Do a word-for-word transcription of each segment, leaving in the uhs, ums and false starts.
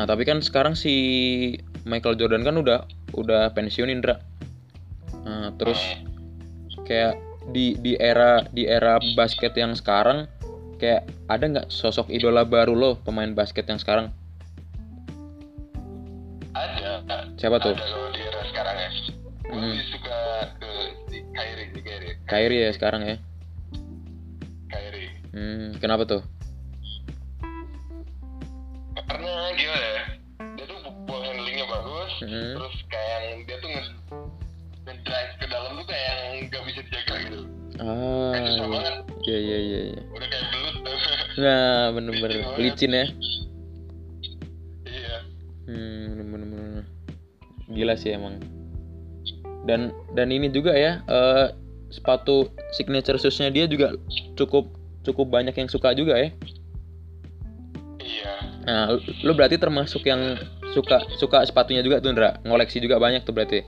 Nah, tapi kan sekarang si Michael Jordan kan udah udah pensiun Indra. Nah, terus kayak di di era di era basket yang sekarang kayak ada nggak sosok idola baru lo pemain basket yang sekarang? Ada. Siapa tuh? Ada kalau di era sekarang ya. Gue Hmm. lebih suka ke si Kyrie, si Kyrie. Kyrie ya sekarang ya. Kyrie. Hmm, kenapa tuh? Karena gimana ya? Dia tuh ball handlingnya bagus. Hmm. Terus kayak yang dia tuh nge drive ke dalam tuh kayak yang nggak bisa dijaga gitu. Ah, Kayak susah banget. iya iya iya. iya. Udah kayak belut. Nah, bener-bener Licin banget. licin ya. Iya. Hmm, bener-bener gila sih emang. Dan dan ini juga ya, eh, sepatu signature shoes-nya dia juga cukup cukup banyak yang suka juga ya. Iya. Nah, lu, lu berarti termasuk yang suka suka sepatunya juga tuh, Ndra. Ngoleksi juga banyak tuh berarti.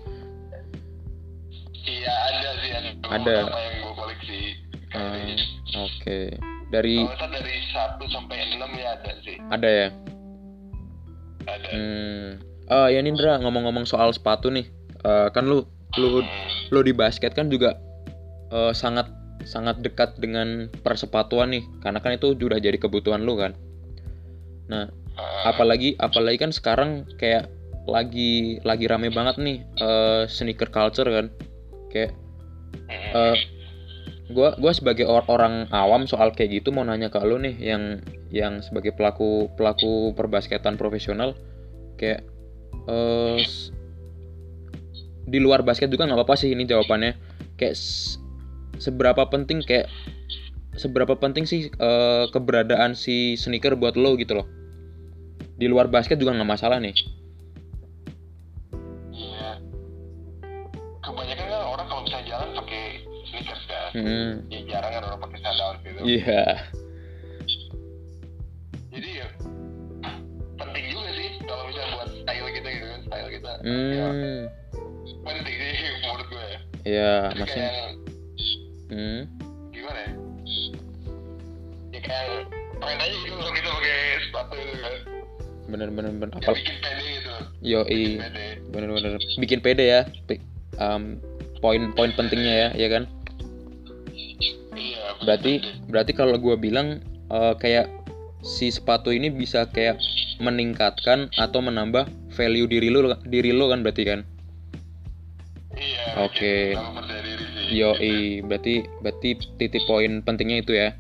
Iya ada sih ada. Ada. Beberapa yang gue koleksi. Hmm, Kyrie. Oke. Dari Kalau nggak dari satu sampai enam ya ada sih. ada ya. Ada. Hmm. Oh ya Nindra, ngomong-ngomong soal sepatu nih, Eh, kan lu lu lu di basket kan juga eh, sangat sangat dekat dengan persepatuan nih, karena kan itu udah jadi kebutuhan lu kan. Nah, Ah, apalagi apalagi kan sekarang kayak lagi lagi rame banget nih eh, sneaker culture kan, kayak eh, gua gua sebagai or- orang awam soal kayak gitu mau nanya ke lu nih, yang yang sebagai pelaku pelaku perbasketan profesional, kayak eh, s- di luar basket juga nggak apa-apa sih ini jawabannya, kayak s- seberapa penting kayak seberapa penting sih eh, keberadaan si sneaker buat lo gitu loh, di luar basket juga nggak masalah nih. Iya. Kebanyakan kan orang kalau misalnya jalan pakai sneakers kan. Hmm, Ya jarang kan orang pakai sandal gitu. iya. Jadi ya penting juga sih kalau misalnya buat style kita gitu kan, style kita. Ya Hmm, penting sih menurut gue ya. ya Jadi maksudnya. kayak Hmm, gimana ya? Ya kayak pengen aja gitu kalau kita pakai sepatu gitu kan. bener-bener bener. Ya Apal, bikin pede gitu. yoi, Bikin pede. bener-bener bikin pede ya. Pi- um, poin-poin pentingnya ya, ya kan. Iya. Berarti pede. berarti kalau gue bilang eh, kayak si sepatu ini bisa kayak meningkatkan atau menambah value diri lo diri lo kan berarti kan. Iya. Oke. bikin tambah percaya diri sih. Yoi, berarti berarti titik poin pentingnya itu ya.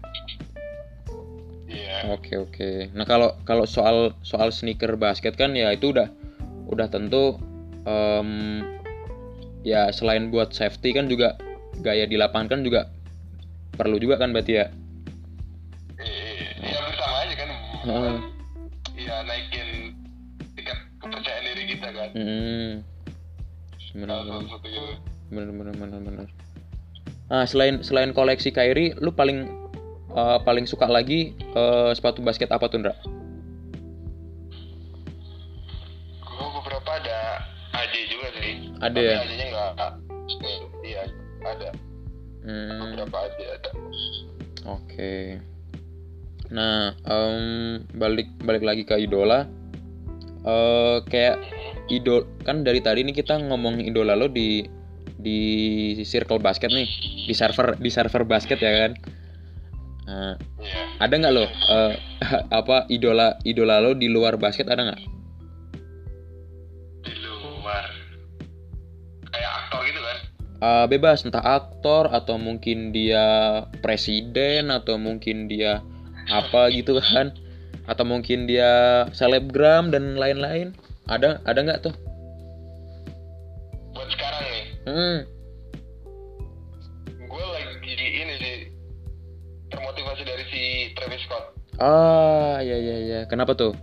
Iya. Oke oke. Nah kalau kalau soal soal sneaker basket kan ya itu udah udah tentu em, ya selain buat safety kan juga gaya di lapangan kan juga perlu juga kan berarti ya. Iya bersama aja kan. Heeh. Iya naikin tingkat kepercayaan diri kita kan. Hmm. Benar Salah satu gitu. benar benar benar benar. Ah selain selain koleksi Kyrie, lu paling eh, paling suka lagi eh, sepatu basket apa tuh, Ndra? Gue beberapa ada A J juga sih. Ada Tapi ya? A J-nya nggak. Iya ada. Hmm. Beberapa A J ada. Oke. Nah, em, balik balik lagi ke idola. Eh kayak idol kan dari tadi nih kita ngomong idola lo di di circle basket nih, di server di server basket ya kan. Nah, Iya. ada nggak lo eh, apa idola idola lo di luar basket ada nggak? Di luar. Kayak aktor gitu kan. Eh, bebas entah aktor atau mungkin dia presiden atau mungkin dia apa gitu kan, atau mungkin dia selebgram dan lain-lain. Ada ada nggak tuh? Buat sekarang nih. Hmm. Gue lagi ini sih. Termotivasi dari si Travis Scott. Ah, ya ya ya. Kenapa tuh?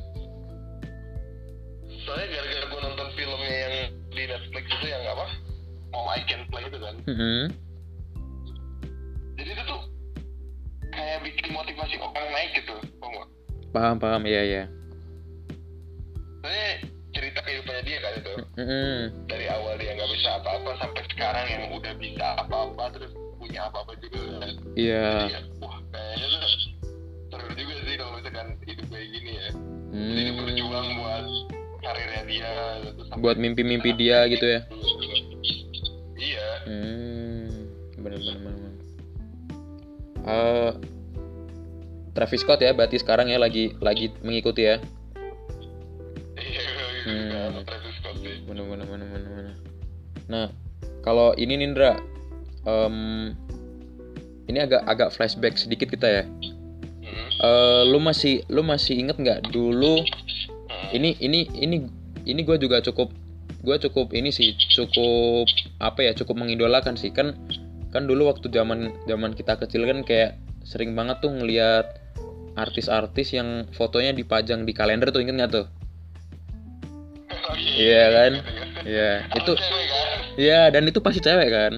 Soalnya gara-gara gue nonton filmnya yang di Netflix itu yang apa? Mom I Can Play itu kan. Hmm. Jadi itu tuh kayak bikin motivasi orang naik gitu, tau nggak? Paham paham ya ya. Soalnya cerita kehidupannya dia kan itu. Hmm. Dari awal dia nggak bisa apa-apa sampai sekarang yang udah bisa apa-apa terus punya apa-apa juga kan. Iya. Jadi ya, wah kayaknya tuh seru juga sih kalau misalkan hidup kayak gini ya. Jadi dia Hmm. berjuang berjuang buat karirnya dia gitu, buat mimpi-mimpi dia gitu ya. Iya. Hmm, bener-bener bener. Uh, Travis Scott ya, berarti sekarang ya lagi lagi mengikuti ya. Iya, Hmm. Travis Scott sih. Bener-bener bener-bener. Nah, kalau ini Nindra, um, ini agak agak flashback sedikit kita ya. Mm-hmm. Uh, lu masih lu masih inget nggak dulu? Mm-hmm. Ini ini ini ini gue juga cukup gue cukup ini sih cukup apa ya cukup mengidolakan sih kan kan dulu waktu zaman zaman kita kecil kan kayak sering banget tuh ngelihat artis-artis yang fotonya dipajang di kalender tuh, inget nggak tuh? Oh, iya kan? Iya itu iya dan itu pasti cewek kan?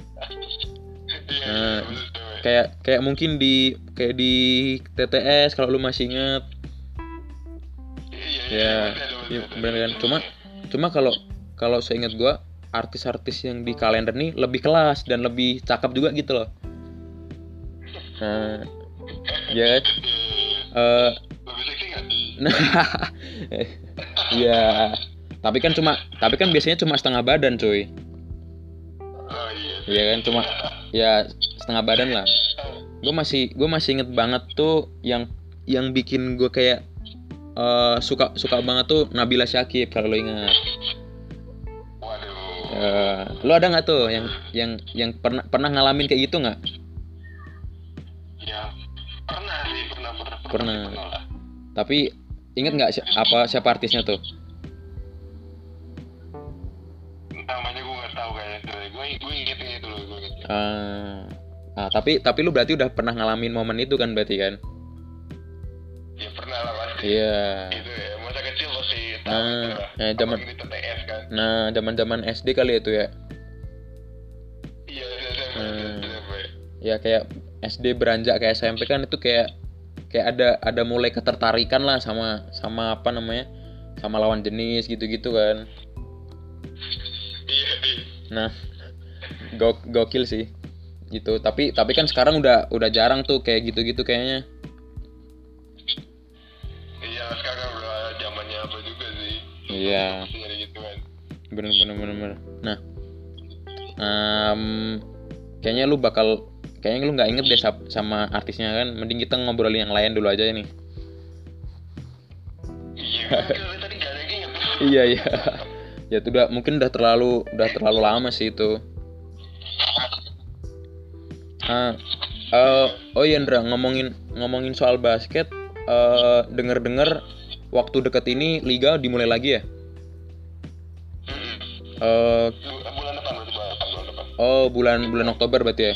Nah, kayak kayak mungkin di kayak di T T S kalau lu masih inget. Ya, ya bener kan. Cuma cuma kalau kalau seingat gue artis-artis yang di kalender nih lebih kelas dan lebih cakep juga gitu loh. Nah, ya kan? Uh, lebih seksi nggak? Iya. Tapi kan cuma tapi kan biasanya cuma setengah badan cuy. Oh iya. Iya kan cuma ya setengah badan lah. Gue masih gue masih inget banget tuh yang yang bikin gue kayak uh, suka suka banget tuh Nabila Syakib kalau lo ingat. Waduh. Uh, lo ada nggak tuh yang yang yang pernah pernah ngalamin kayak gitu nggak? Ya pernah sih pernah pernah. Pernah. Pernah. pernah. Tapi inget nggak si- apa siapa artisnya tuh? Namanya gue nggak tahu kayaknya. Gue gue ingetnya itu loh gue ingetnya. Uh, ah tapi tapi lu berarti udah pernah ngalamin momen itu kan berarti kan? Ya pernah lah pasti. Iya. Gitu ya masa kecil pasti tahu Nah, itu lah. eh, zaman Apalagi di T T S kan. nah zaman-zaman S D kali itu ya. Iya iya iya. Hmm. Ya kayak S D beranjak ke S M P kan itu kayak kayak ada ada mulai ketertarikan lah sama sama apa namanya sama lawan jenis gitu-gitu kan. Iya iya. Nah, go, gokil sih gitu. Tapi tapi kan sekarang udah udah jarang tuh kayak gitu-gitu kayaknya. Iya sekarang udah zamannya apa juga sih. Iya. Gitu kan. Bener bener bener bener. Nah, um, kayaknya lu bakal kayaknya lu nggak inget deh sama artisnya kan. Mending kita ngobrolin yang lain dulu aja nih. Iya. Tadi gak ada yang inget. Iya iya. Ya itu udah mungkin udah terlalu udah terlalu lama sih itu. Ah, uh, oh iya Indra, ngomongin ngomongin soal basket, uh, denger-denger waktu deket ini liga dimulai lagi ya? Mm-hmm. Uh, bulan depan berarti bulan depan. Oh bulan bulan Oktober berarti ya?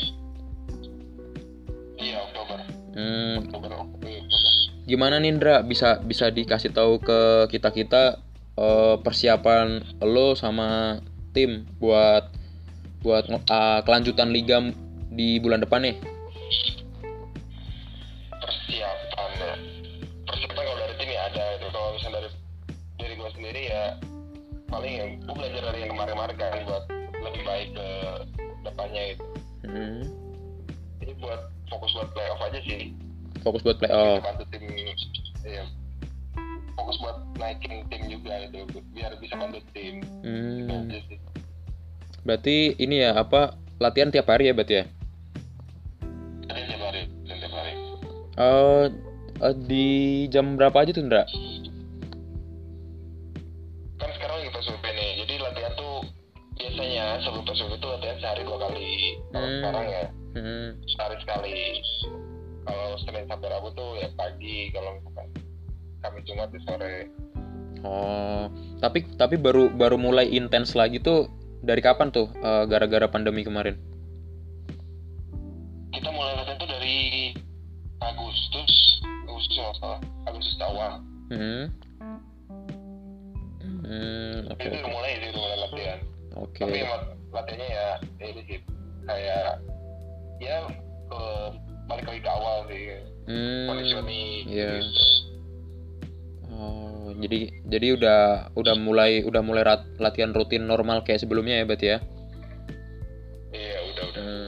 Iya Oktober. Hmm. Oktober Oktober. Gimana nih Indra, bisa bisa dikasih tahu ke kita kita uh, persiapan lo sama tim buat buat uh, kelanjutan liga di bulan depan nih? Persiapan ya. Persiapan kalau dari tim ya ada itu. Kalau misalnya dari dari gue sendiri ya paling ya gue belajar dari yang kemarin-kemarin kan buat lebih baik ke depannya gitu. Hmm. Jadi buat fokus buat playoff aja sih. Fokus buat playoff. Bantu tim, ya. Fokus buat naikin tim juga gitu, biar bisa bantu tim. Hmm. Gitu. Berarti ini ya apa latihan tiap hari ya berarti ya? Latihan tiap hari, latihan tiap hari. Uh, uh, di jam berapa aja tuh Indra? Kan sekarang lagi P S B B nih, jadi latihan tuh biasanya sebelum P S B B tuh latihan sehari dua kali. Kalau Hmm. sekarang ya Hmm. sehari sekali. Kalau Senin sampai Rabu tuh ya pagi, kalau misalkan Kamis Jumat di sore. Oh, tapi tapi baru baru mulai intens lagi tuh dari kapan tuh? Uh, gara-gara pandemi kemarin? Kita mulai latihan tuh dari Agustus, Agustus nggak salah, Agustus awal. Hmm. Hmm. Oke. Itu Okay, udah okay. mulai itu udah mulai latihan. Oke. Tapi lat- latihannya ya ini sih kayak ya ke balik lagi ke awal sih. Hmm. Conditioning Iya. gitu. Oh, jadi jadi udah udah mulai udah mulai rat, latihan rutin normal kayak sebelumnya ya berarti ya? Iya udah udah. Hmm.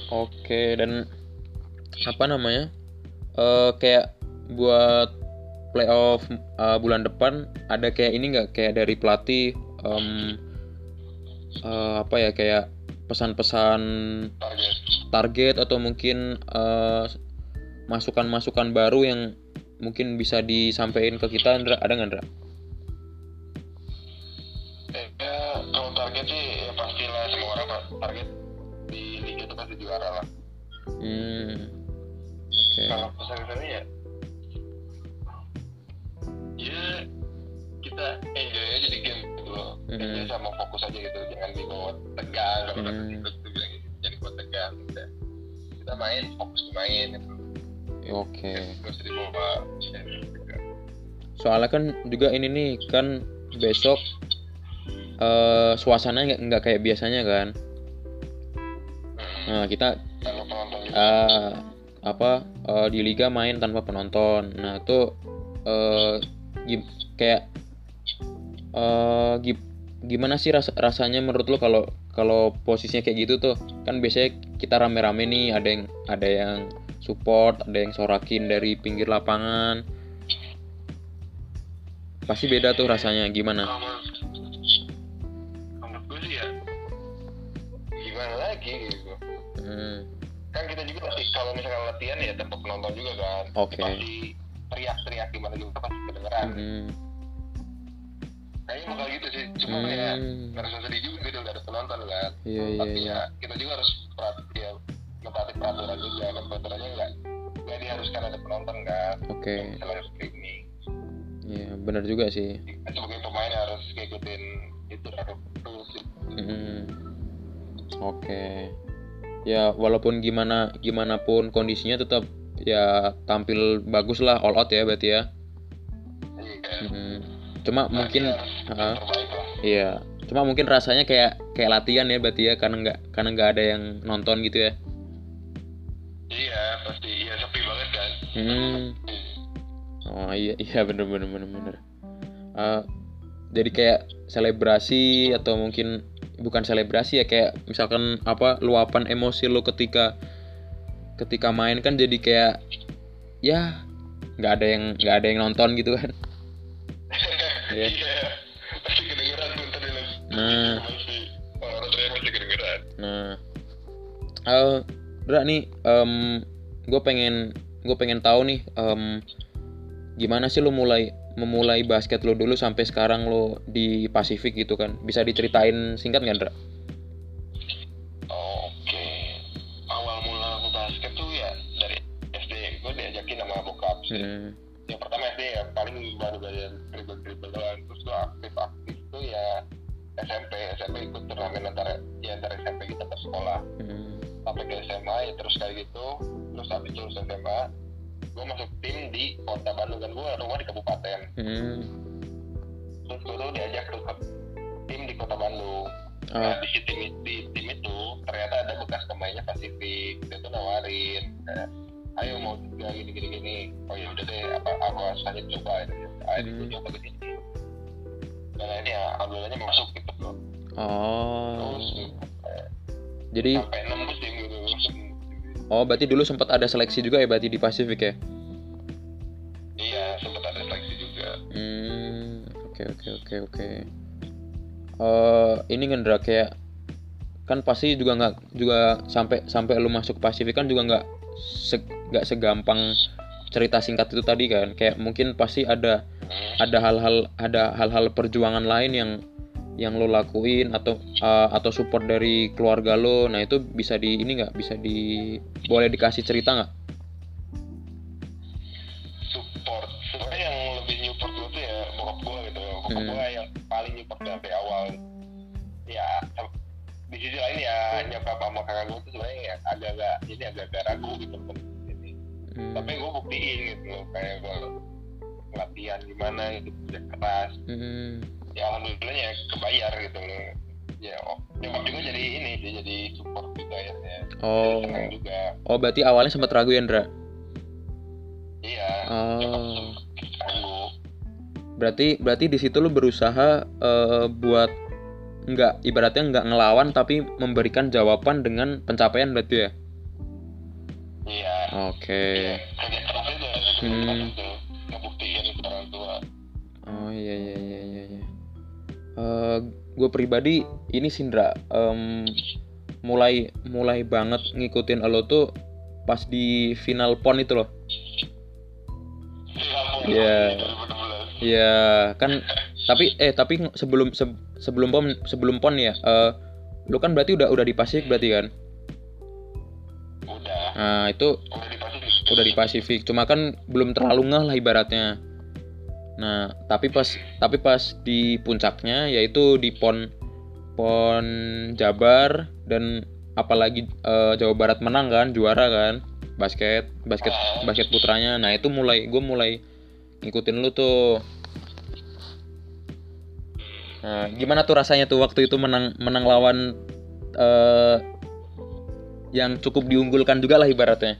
Oke, dan apa namanya? Eh kayak buat playoff uh, bulan depan ada kayak ini nggak, kayak dari pelatih um, uh, apa ya, kayak pesan-pesan target. target atau mungkin uh, masukan-masukan baru yang mungkin bisa disampaikan ke kita, Andra? Ada nggak, Andra? Eh, ya, kalau target sih ya pastilah semua orang Pak. Target di liga itu pasti juara lah. Hmm. Oke. Okay. Kalau pesan-pesannya ya, ya kita enjoy aja di game gitu loh. Hmm. Enjoy sama fokus aja gitu, jangan dibawa tegang. Kalau Hmm. hmm. itu tuh bilang gitu, jangan dibawa tegang. Gitu. Kita main, fokus main. Gitu. Oke. Okay. Gak usah dibawa tegang. Soalnya kan juga ini nih kan besok uh, suasananya nggak nggak kayak biasanya kan. Hmm. Nah kita Kalau penonton gitu. uh, apa uh, di liga main tanpa penonton. Nah itu uh, gim- kayak uh, gim- gimana sih ras- rasanya menurut lo kalau kalau posisinya kayak gitu tuh? Kan biasanya kita rame-rame nih, ada yang ada yang support, ada yang sorakin dari pinggir lapangan. Pasti beda tuh rasanya, gimana? Kalau menurut gue sih ya gimana lagi gitu. Hmm. Kan kita juga pasti kalau misalkan latihan ya tanpa penonton juga kan. Oke. Pasti teriak-teriak gimana juga pasti kedengeran. Hmm. Kayaknya bakal gitu sih. Cuma Hmm. ya ngerasa sedih juga gitu udah ada penonton kan. Iya iya. Tapi iya. ya kita juga harus perhati ya mentaati peraturan juga. Dan peraturannya nggak nggak diharuskan ada penonton kan. Oke. Misalnya streaming. Iya benar juga sih. Kita sebagai pemain harus ngikutin itu rules sih. Hmm. Oke. Ya walaupun gimana gimana pun kondisinya tetap ya tampil bagus lah, all out ya berarti ya. Iya. Hmm. Cuma Nah, mungkin iya, uh, terbaik lah. iya. Cuma mungkin rasanya kayak kayak latihan ya berarti ya, karena nggak karena nggak ada yang nonton gitu ya. Iya pasti iya sepi banget kan. Hmm. Oh iya iya bener bener bener bener. Uh, jadi kayak selebrasi atau mungkin bukan selebrasi ya, kayak misalkan apa luapan emosi lo ketika ketika main kan, jadi kayak ya nggak ada yang nggak ada yang nonton gitu kan. Iya. Iya pasti kedengeran tuh tadi lagi. Nah. Masih orang teriak masih kedengeran. Nah, uh, Dra nih, um, gue pengen gue pengen tahu nih, um, gimana sih lo mulai memulai basket lo dulu sampai sekarang lo di Pasifik gitu kan? Bisa diceritain singkat nggak, Dra? Oke, awal mula aku basket tuh ya dari S D. Gue diajakin sama bokap. Hmm. Yang pertama S D ya paling baru belajar dribble dribble doang. Terus gue aktif aktif tuh ya S M P. S M P ikut turnamen antara ya antara S M P kita ke sekolah. Hmm. Sampai ke S M A ya terus kayak gitu. Terus habis itu S M A gue masuk tim di kota Bandung kan, gue rumah di kabupaten. Hmm. Terus gue tuh diajak ke tim di kota Bandung. Oh. Nah di tim, di tim itu ternyata ada bekas pemainnya Pasifik. Dia tuh nawarin kayak, ayo mau juga gini gini gini. Oh ya udah deh, apa aku asalnya coba aja. Ayo Hmm. gue coba ke sini. Dan ini ya alhamdulillahnya masuk gitu loh. Oh. Terus eh, Jadi sampai enam musim gitu masuk. oh berarti dulu sempat ada seleksi juga ya berarti di Pasifik ya? Iya sempat ada seleksi juga. Hmm. Oke oke oke oke. Eh ini ngendra kayak kan pasti juga nggak juga sampai sampai lu masuk Pasifik kan juga nggak nggak se, segampang cerita singkat itu tadi kan, kayak mungkin pasti ada ada hal-hal ada hal-hal perjuangan lain yang yang lo lakuin atau uh, atau support dari keluarga lo. Nah itu bisa di ini nggak bisa di boleh dikasih cerita nggak? Support sebenarnya yang lebih nyupport gue tuh ya bokap gue gitu. Bokap Hmm. gue yang paling nyupport dari awal. Ya di sisi lain ya nyokap sama kakak gue tuh sebenarnya ya agak-agak ini agak-agak ragu gitu kan ini. Hmm. Tapi gue buktiin gitu loh, kayak gue latihan gimana gitu kerja keras. Hmm. Ya alhamdulillahnya kebayar gitu loh. Ya oh, nyokap juga jadi ini dia jadi support juga akhirnya. Oh. Jadi senang juga. Oh berarti awalnya sempat ragu ya, Ndra? Iya. Oh. Nyokap tuh ragu. Berarti berarti di situ lo berusaha uh, buat nggak ibaratnya nggak ngelawan tapi memberikan jawaban dengan pencapaian berarti ya? Iya. Oke. Iya, kerja keras itu, kerja Hmm. keras itu, ngebuktiin kepada Oh iya iya iya iya. iya. Uh, gue pribadi ini Sindra um, mulai mulai banget ngikutin lo tuh pas di final pon itu loh. Iya. Iya kan. Tapi eh tapi sebelum se, sebelum pon sebelum pon ya. Uh, lu kan berarti udah udah di Pasifik berarti kan? Udah. Nah itu Udah di Pasifik. Udah di Pasifik. Cuma kan belum terlalu ngeh lah ibaratnya. Nah, tapi pas tapi pas di puncaknya yaitu di PON PON Jabar dan apalagi uh, Jawa Barat menang kan, juara kan, basket, basket basket putranya. Nah, itu mulai gue mulai ngikutin lu tuh. Nah, gimana tuh rasanya tuh waktu itu menang menang lawan uh, yang cukup diunggulkan juga lah ibaratnya.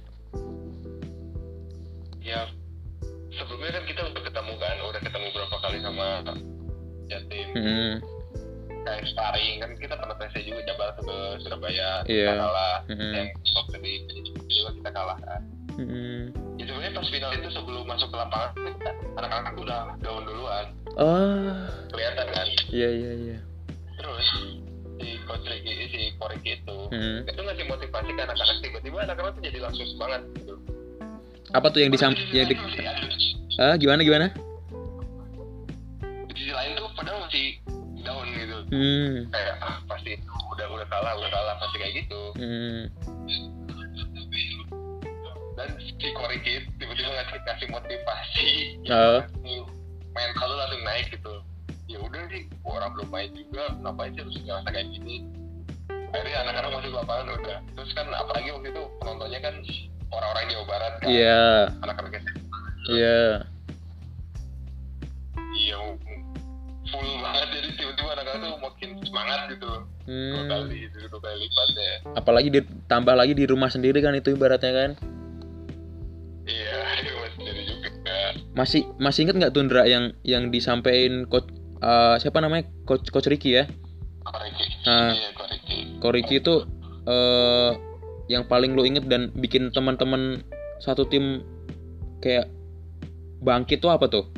Ya, sebelumnya kan kita udah ketemu kan, udah ketemu berapa kali sama Jatim. Hmm. Kayak sparring kan kita pernah T C juga Jabar tuh ke Surabaya, yeah. Kita kalah. Hmm. Yang waktu di juga kita kalah kan. Hmm. Ya sebenarnya pas final itu sebelum masuk ke lapangan kita, anak-anak tuh udah down duluan. Oh. Kelihatan kan? Iya iya iya. Terus si coach Ricky, si Koriki itu, hmm. itu ngasih motivasi ke anak-anak, tiba-tiba anak-anak tuh jadi langsung semangat gitu. Apa tuh yang disam yang di ah gimana gimana? Di sisi lain tuh padahal masih down gitu. Hmm. Kayak ah pasti udah udah kalah udah kalah pasti kayak gitu. Hmm. Dan si Koriki tiba-tiba ngasih kasih motivasi. Oh. Mental lu langsung naik gitu. Ya udah sih orang belum main juga ngapain sih harus ngerasa kayak gini. Akhirnya anak-anak masuk ke lapangan udah. Terus kan apalagi waktu itu penontonnya kan orang-orang Jawa Barat kan. Iya. Yeah. Anak-anak S M A. Iya. Yeah. Iya. Full banget jadi tiba-tiba anak-anak tuh makin semangat gitu. Hmm. Dua kali, dua kali lipat ya. Apalagi ditambah lagi di rumah sendiri kan itu ibaratnya kan. Iya, di rumah sendiri juga. Masih masih inget nggak Tundra yang yang disampaikan coach uh, siapa namanya coach coach Ricky ya? Koriki. Nah, iya, Koriki. Koriki itu uh, yang paling lo inget dan bikin teman-teman satu tim kayak bangkit tuh apa tuh?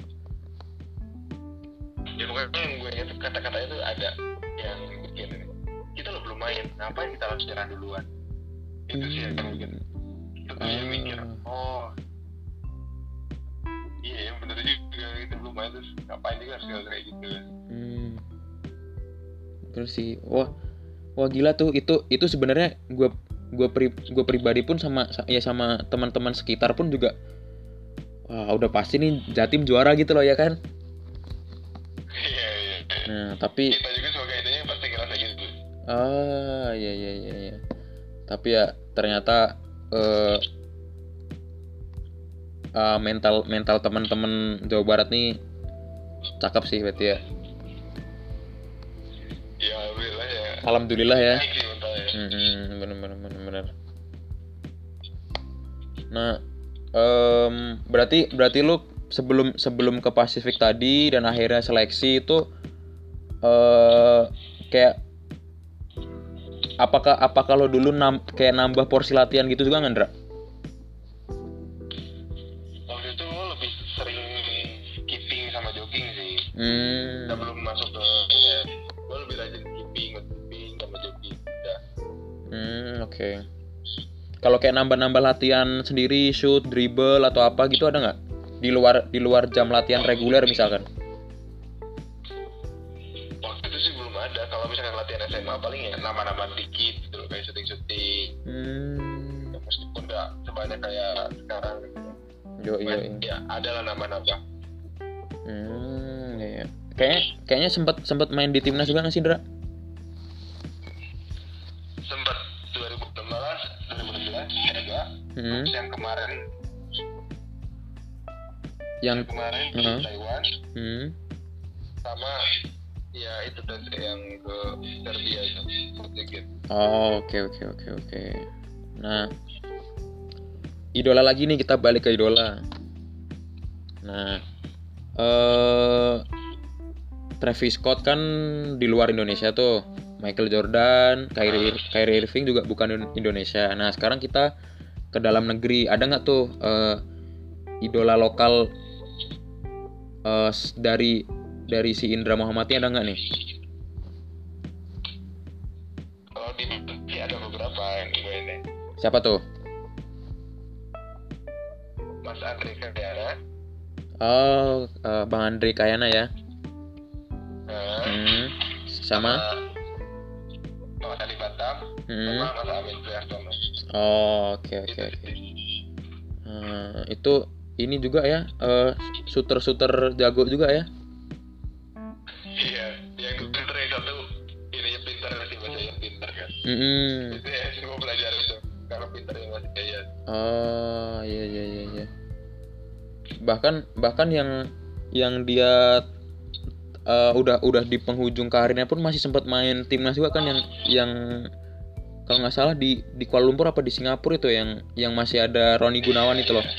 Ya pokoknya yang gue inget kata-katanya tuh ada yang bikin kita lo belum main, ngapain kita harus nyerah duluan? Itu hmm. sih yang bikin. Itu tuh yang mikir, oh iya yang bener juga kita belum main terus ngapain juga harus kayak gitu. Hmm. Terus sih, wah wah gila tuh itu itu sebenarnya gue gue pri, gue pribadi pun sama ya sama teman-teman sekitar pun juga wah udah pasti nih Jatim juara gitu loh ya kan. Iya iya. Nah tapi kita juga sebagai idenya pasti ngerasa gitu. Ah iya iya iya. iya. Tapi ya ternyata uh, uh, mental mental teman-teman Jawa Barat nih cakep sih berarti ya. Ya alhamdulillah ya. Alhamdulillah ya. Sih, ya. Hmm, bener bener bener bener. Nah, um, berarti berarti lu sebelum sebelum ke Pasifik tadi dan akhirnya seleksi itu uh, kayak apakah apakah lo dulu nam, kayak nambah porsi latihan gitu juga nggak, Ndra? Waktu itu lebih sering skipping sama jogging sih. Hmm. Kita belum masuk ke ya, gue lebih rajin skipping, skipping sama jogging. Udah. Hmm, oke. Okay. Kalau kayak nambah-nambah latihan sendiri, shoot, dribble atau apa gitu ada nggak? Di luar di luar jam latihan reguler misalkan? Waktu itu sih belum ada. Kalau misalkan latihan S M A paling ya nama-nama dikit gitu loh, kayak syuting-syuting. Hmm. Ya, meskipun nggak sebanyak kayak sekarang gitu. Yo yo. Ya ada lah nama-nama. Hmm, ya. Kayaknya kayaknya sempat sempat main di timnas juga nggak sih, Dra? Sempat dua ribu enam belas, dua ribu enam belas ada. Hmm. Yang kemarin yang, yang kemarin uh-huh. di Taiwan. Hmm. Sama ya itu dan yang ke Serbia itu sedikit. Oh, oke oke oke oke. Nah, idola lagi nih, kita balik ke idola. Nah, eh Travis Scott kan di luar Indonesia tuh. Michael Jordan, Kyrie Kyrie Irving juga bukan Indonesia. Nah, sekarang kita ke dalam negeri. Ada nggak tuh uh, idola lokal uh, dari dari si Indra Muhammad ini ada nggak nih? Kalau di Bekasi ada beberapa yang gue ini. Siapa tuh? Mas Andri Kayana. Oh, uh, Bang Andri Kayana ya. Nah, Hmm. Sama? Mas Adi Batam. Hmm. Sama Mas Amin Prihartono. Oh, oke oke oke. Uh, itu ini juga ya, uh, shooter-shooter jago juga ya. Iya, yang pinter yang satu ininya pinter sih, bahasa yang pinter kan. Mm-mm. Itu ya, gue belajar itu karena pinter yang masih kaya. Oh, iya iya iya iya. Bahkan bahkan yang yang dia uh, udah udah di penghujung karirnya pun masih sempat main timnas juga kan, yang yang kalau nggak salah di di Kuala Lumpur apa di Singapura itu yang yang masih ada Roni Gunawan itu loh.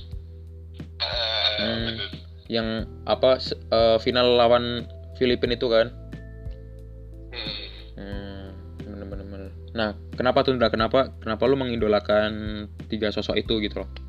Ah, Hmm, betul. yang apa se- uh, final lawan Filipina itu kan. Hmm. Hmm, bener-bener. Nah, kenapa tuh Ndra? Kenapa kenapa lu mengidolakan tiga sosok itu gitu loh?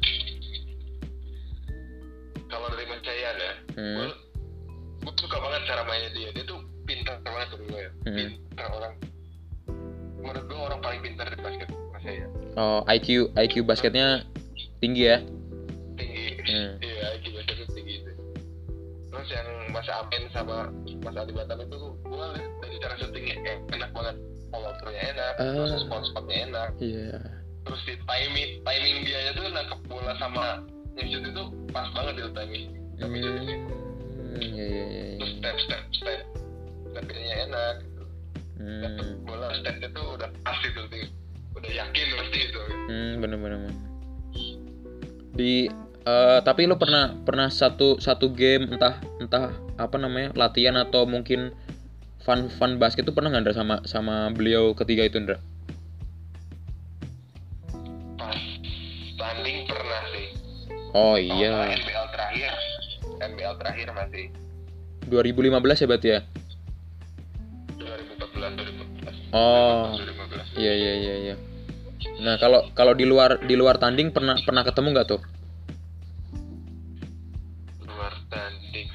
Kalau dari Mas Cayan ya, Hmm. gue gue suka banget cara mainnya dia. Dia tuh pintar banget tuh gue ya. Hmm. Pintar orang. Menurut gue orang paling pintar di basket Mas Cayan. Oh, I Q I Q basketnya tinggi ya? Tinggi. Hmm. Iya, I Q basketnya tinggi itu. Terus yang Mas Amin sama Mas Adi Batam itu gue lihat dari cara syutingnya eh, enak banget. Follow through-nya enak, Ah. terus spot-spotnya enak. Iya. Terus di timing timing dia tuh nangkep bola sama nge-shoot itu pas banget itu timing. Timing shootnya. Hmm, iya iya iya. Terus step step step stepnya enak. Dapet Hmm, bola stepnya tuh udah pasti tuh, udah yakin pasti itu. hmm bener-bener. Di eh, tapi lu pernah pernah satu satu game entah entah apa namanya latihan atau mungkin fun fun basket tuh pernah nggak Ndra sama sama beliau ketiga itu Ndra? Pas tanding pernah sih. Oh Kalau iya. N B L terakhir, N B L terakhir masih dua ribu lima belas ya berarti ya? dua ribu empat belas dua ribu empat belas. Oh. dua ribu lima belas. Iya iya iya iya. Nah, kalau kalau di luar di luar tanding pernah pernah ketemu nggak tuh? Luar tanding.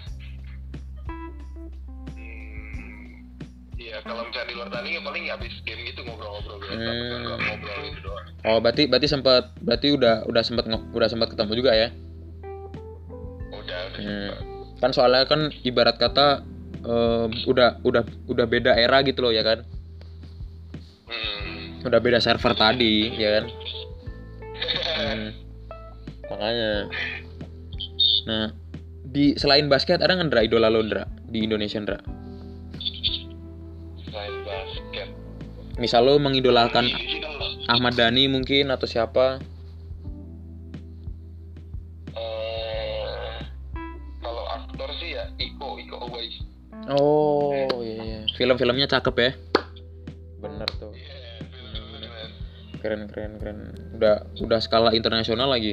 Hmm, iya kalau misalnya di luar tanding ya paling habis game gitu ngobrol-ngobrol biasa, Hmm. bukan ngobrol itu doang. Oh, berarti berarti sempat berarti udah udah sempat udah sempat ketemu juga ya? Udah, udah. Hmm. Kan soalnya kan ibarat kata em, udah udah udah beda era gitu loh ya kan? Hmm. Udah beda server tadi ya kan? Hmm. Makanya. Nah, di selain basket ada nggak Ndra idola lo Ndra di Indonesia Ndra? Selain basket. Misal lo mengidolakan Ini sih kalau Ahmad Dhani mungkin atau siapa? eh, kalau aktor sih ya Iko Iko Uwais. Oh iya, iya. Film-filmnya cakep ya. Bener tuh. Iya, film-film keren. Keren keren keren. Udah udah skala internasional lagi.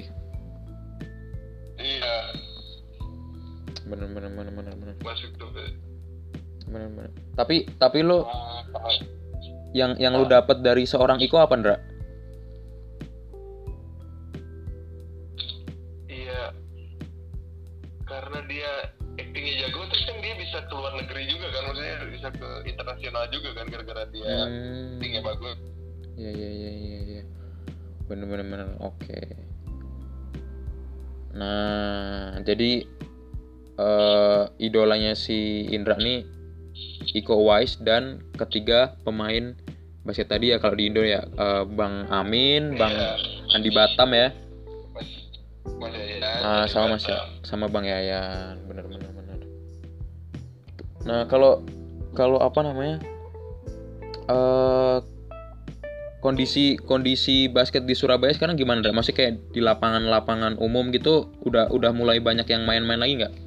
Iya, Bener bener bener bener bener. masuk tuh. Bener bener. Tapi tapi lo Ah, ah. yang yang lo dapat dari seorang Iko apa Ndra? Iya, karena dia actingnya jago, terus kan dia bisa ke luar negeri juga kan, maksudnya bisa ke internasional juga kan, gara-gara dia Hmm. actingnya bagus. Iya iya iya iya iya. Bener bener bener. Oke. Nah, jadi eh idolanya si Indra nih Iko Uwais, dan ketiga pemain basket tadi ya kalau di Indo ya eh, Bang Amin, Bang Iya. Andi Batam ya. Mas, Mas Yayan, Ah, Adi sama Mas Batam. ya, sama Bang Yayan, bener bener bener. Nah, kalau kalau apa namanya eh kondisi kondisi basket di Surabaya sekarang gimana Ndra? Masih kayak di lapangan-lapangan umum gitu, udah udah mulai banyak yang main-main lagi nggak?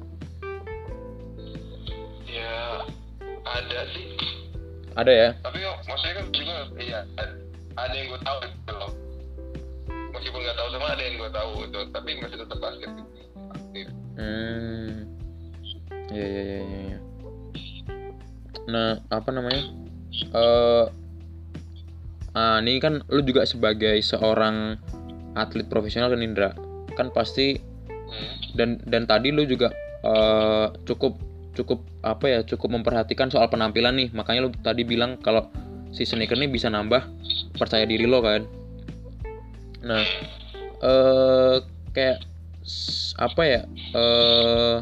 Ya, ada sih, Ada ya? tapi kok maksudnya kan juga, iya, ada yang gue tahu gitu loh. Meskipun nggak tahu semua, ada yang gue tahu itu, tapi masih tetap basket gitu. Aktif. Hmm. Iya iya iya iya. iya. Nah, apa namanya? Eh ah, ini kan lu juga sebagai seorang atlet profesional kan Indra. Kan pasti Hmm. dan dan tadi lu juga uh, cukup cukup apa ya cukup memperhatikan soal penampilan nih. Makanya lu tadi bilang kalau si sneaker nih bisa nambah percaya diri lo kan. Nah uh, kayak apa ya uh,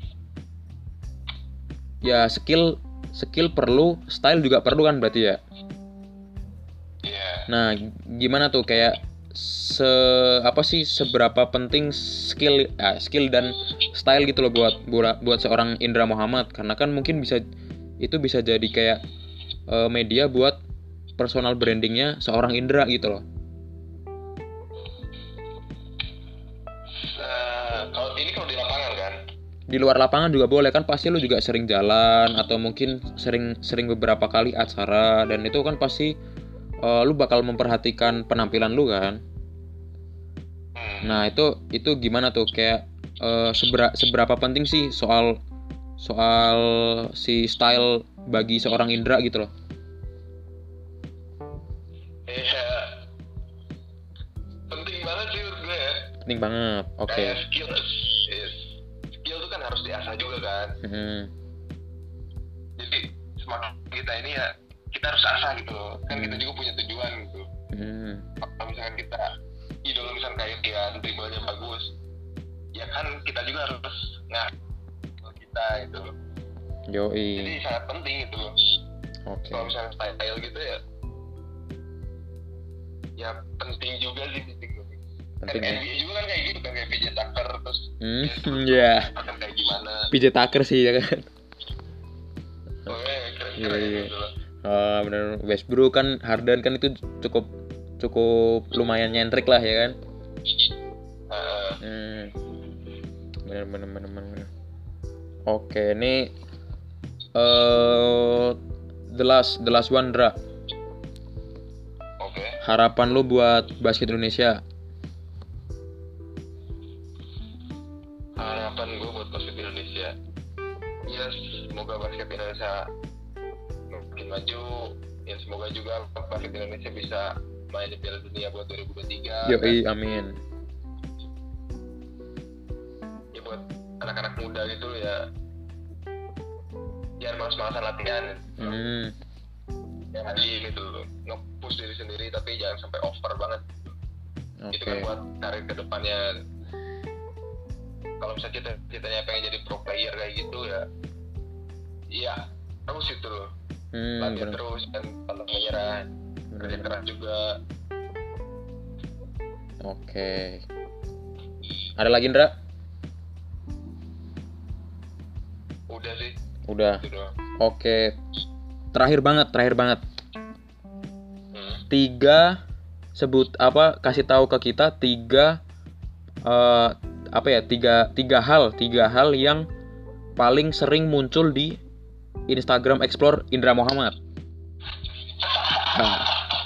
ya skill skill perlu, style juga perlu kan berarti ya. Yeah. Nah gimana tuh kayak se apa sih seberapa penting skill ya, skill dan style gitu loh buat buat, buat seorang Indra Muhammad, karena kan mungkin bisa itu bisa jadi kayak uh, media buat personal brandingnya seorang Indra gitu loh. Kalau ini kalau di lapangan kan? Di luar lapangan juga boleh kan, pasti lu juga sering jalan atau mungkin sering sering beberapa kali acara, dan itu kan pasti uh, lu bakal memperhatikan penampilan lu kan. Hmm. Nah itu itu gimana tuh kayak uh, sebera, seberapa penting sih soal soal si style bagi seorang Indra gitu loh? Iya, penting banget sih menurut gue ya. Penting banget, oke. Okay. Kayak skill, yes. Skill tuh kan harus diasah juga kan. Mm-hmm. Jadi semakin kita ini ya kita harus asah gitu. Kan mm-hmm. kita juga punya tujuan gitu. Mm-hmm. Kalau misalkan kita idola misalkan kayak dia, dribblenya bagus, ya kan kita juga harus ngasih kita itu. Yoi. Jadi sangat penting itu. Oke. Okay. Kalau misalkan style gitu ya, ya penting juga sih penting. Kan N B A juga kan kayak gitu kan, kayak P J Tucker terus hmm, ya akan kayak gimana P J Tucker sih ya kan. Oh ya keren iya, keren iya. gitu. Oh benar, Westbrook kan, Harden kan itu cukup cukup lumayan nyentrik lah ya kan. Uh, hmm. Benar benar benar benar. Oke, ini uh, the last the last one Dra. Oke. Okay. Harapan lu buat basket Indonesia? Harapan gue buat basket Indonesia, ya semoga basket Indonesia makin maju, ya semoga juga basket Indonesia bisa main di Piala Dunia buat dua ribu dua puluh tiga. Yoi, amin. Ya buat anak-anak muda gitu ya, jangan malas-malasan latihan. Hmm. Ya lagi gitu, nge-push diri sendiri tapi jangan sampai over banget. Okay. Itu kan buat karir kedepannya. Kalau misalnya kita ceritanya pengen jadi pro player kayak gitu ya, iya terus itu loh, hmm, latihan bener. Terus dan pantang menyerah, kerja keras juga. Oke. Ada lagi Indra? Udah sih. Udah. Oke. Terakhir banget, terakhir banget. Hmm? Tiga sebut apa? Kasih tahu ke kita tiga. Uh, apa ya tiga tiga hal tiga hal yang paling sering muncul di Instagram Explore Indra Muhammad. Nah.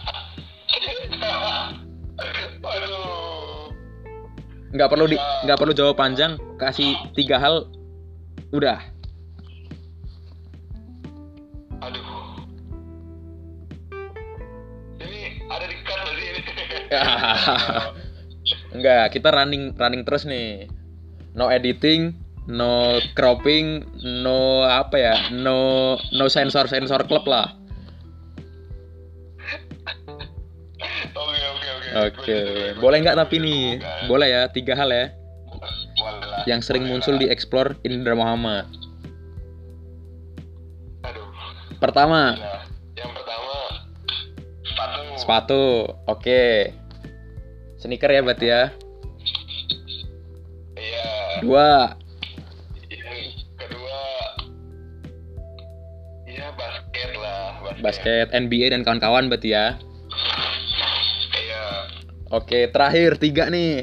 Nggak perlu di nggak perlu jawab panjang, kasih tiga hal udah. Aduh, ini ada di cut tadi ini. Enggak, kita running running terus nih. No editing, no cropping, no apa ya, no no sensor sensor klub lah. Oke oke oke. Oke, boleh nggak tapi nih? Boleh ya, tiga hal ya. Boleh lah. Yang sering boleh muncul lah. Di Explore Indra Muhammad. Aduh. Pertama. Ya, yang pertama sepatu. Sepatu, oke. Sneaker ya berarti ya. Iya. Dua. Yang kedua, ya basket lah. Basket. Basket, N B A dan kawan-kawan berarti ya. Iya. Oke, terakhir tiga nih.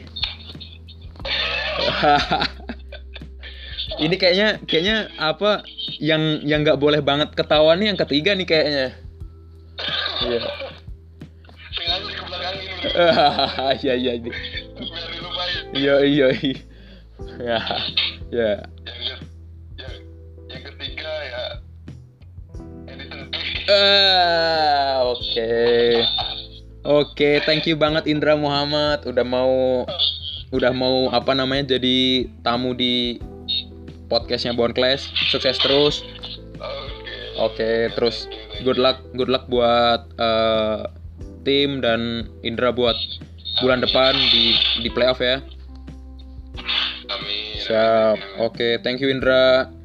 Ini kayaknya kayaknya apa yang yang nggak boleh banget ketahuan nih yang ketiga nih kayaknya. Iya. Sengaja ke belakangin dulu. Iya iya. Biar dilupain. Iya iya. Ya. Ya. Yang, yang, yang ketiga ya editing. Ah, oke. Oke, thank you banget Indra Muhammad udah mau udah mau apa namanya jadi tamu di podcastnya Bon Clash. Sukses terus. Oke. Oke, terus good luck, good luck buat uh, tim dan Indra buat bulan depan di di playoff ya. Amin. Siap. Oke, thank you Indra.